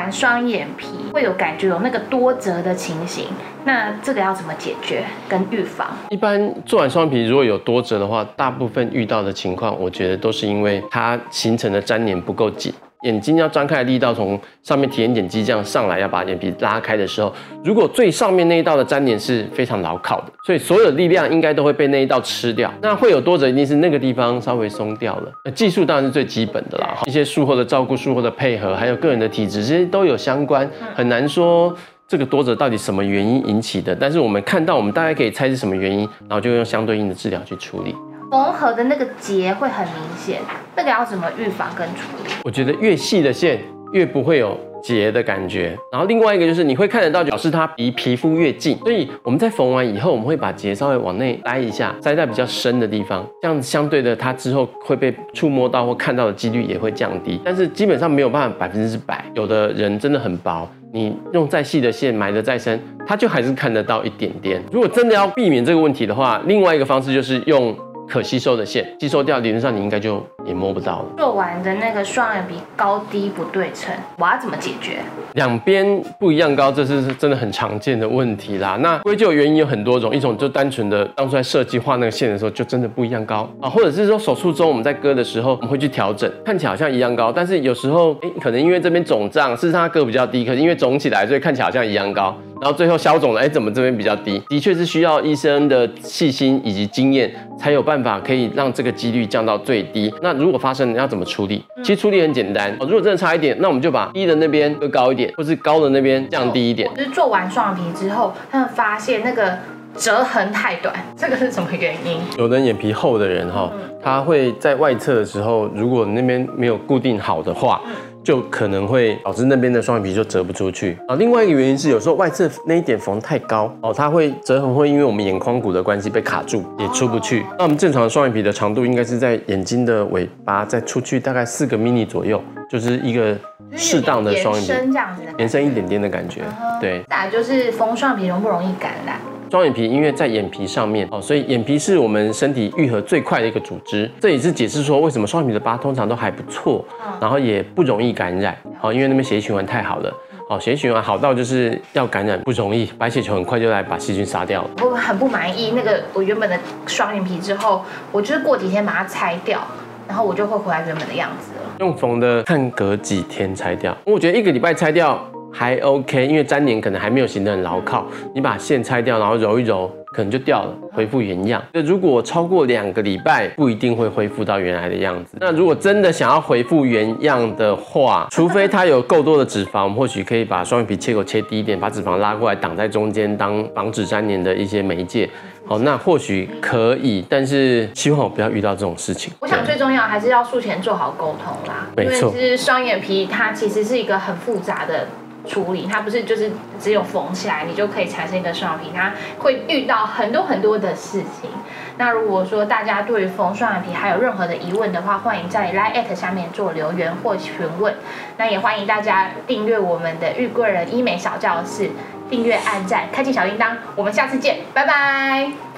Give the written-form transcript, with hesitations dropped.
完双眼皮会有感觉有那个多折的情形，那这个要怎么解决跟预防？ 一般做完双眼皮如果有多折的话，大部分遇到的情况，我觉得都是因为它形成的粘连不够紧。眼睛要张开的力道从上面提眼睑肌这样上来，要把眼皮拉开的时候，如果最上面那一道的粘连是非常牢靠的，所以所有的力量应该都会被那一道吃掉。那会有多折，一定是那个地方稍微松掉了。技术当然是最基本的啦，一些术后的照顾、术后的配合，还有个人的体质，这些都有相关，很难说这个多折到底什么原因引起的。但是我们看到，我们大概可以猜是什么原因，然后就用相对应的治疗去处理。 缝合的那个结会很明显，那个要怎么预防跟处理？ 我觉得越细的线越不会有结的感觉，然后另外一个就是你会看得到，表示它离皮肤越近，所以我们在缝完以后，我们会把结稍微往内塞一下，塞在比较深的地方，这样相对的它之后会被触摸到或看到的几率也会降低，但是基本上没有办法100%，有的人真的很薄，你用再细的线埋得再深，它就还是看得到一点点。如果真的要避免这个问题的话，另外一个方式就是用可吸收的线，吸收掉，理论上你应该就也摸不到了。 做完的那个双眼皮高低不对称，我要怎么解决？ 两边不一样高，这是真的很常见的问题啦。那归咎原因有很多种，一种就单纯的当初在设计画那个线的时候就真的不一样高啊，或者是说手术中我们在割的时候我们会去调整，看起来好像一样高，但是有时候可能因为这边肿胀，事实上它割比较低，可是因为肿起来，所以看起来好像一样高。然后最后消肿了，怎么这边比较低？的确是需要医生的细心以及经验，才有办法可以让这个几率降到最低。那如果发生了要怎么处理？其实处理很简单，如果真的差一点，那我们就把低的那边割高一点，或是高的那边降低一点。 就是做完双眼皮之后，他们发现那个折痕太短，这个是什么原因？ 有的眼皮厚的人他会在外侧的时候，如果那边没有固定好的话，就可能会导致那边的双眼皮就折不出去啊。另外一个原因是，有时候外侧那一点缝太高它会折痕会因为我们眼眶骨的关系被卡住，也出不去。那我们正常的双眼皮的长度应该是在眼睛的尾巴再出去大概4个 mini 左右，就是一个适当的双眼皮， 延伸这样子的， 延伸一点点的感觉。对， 再来就是缝双眼皮容不容易感染？ 双眼皮因为在眼皮上面所以眼皮是我们身体愈合最快的一个组织，这也是解释说为什么双眼皮的疤通常都还不错，然后也不容易感染因为那边血液循环太好了。血液循环好到就是要感染不容易，白血球很快就来把细菌杀掉了。 我很不满意那个我原本的双眼皮之后，我就是过几天把它拆掉，然后我就会回来原本的样子了。 用缝的看隔几天拆掉，我觉得1个礼拜拆掉还 OK， 因为粘连可能还没有形得很牢靠，你把线拆掉，然后揉一揉，可能就掉了，恢复原样。如果超过2个礼拜，不一定会恢复到原来的样子。那如果真的想要恢复原样的话，除非它有够多的脂肪，我们或许可以把双眼皮切口切低一点，把脂肪拉过来挡在中间，当防止粘连的一些媒介。那或许可以，但是希望我不要遇到这种事情。 我想最重要还是要术前做好沟通啦， 没错， 因为其实双眼皮它其实是一个很复杂的处理，它不是就是只有缝起来你就可以产生一个双眼皮，它会遇到很多的事情。那如果说大家对于缝双眼皮还有任何的疑问的话，欢迎在 LINE@ 下面做留言或询问。那也欢迎大家订阅我们的玉贵人医美小教室，订阅、按赞、开启小铃铛。我们下次见，拜拜。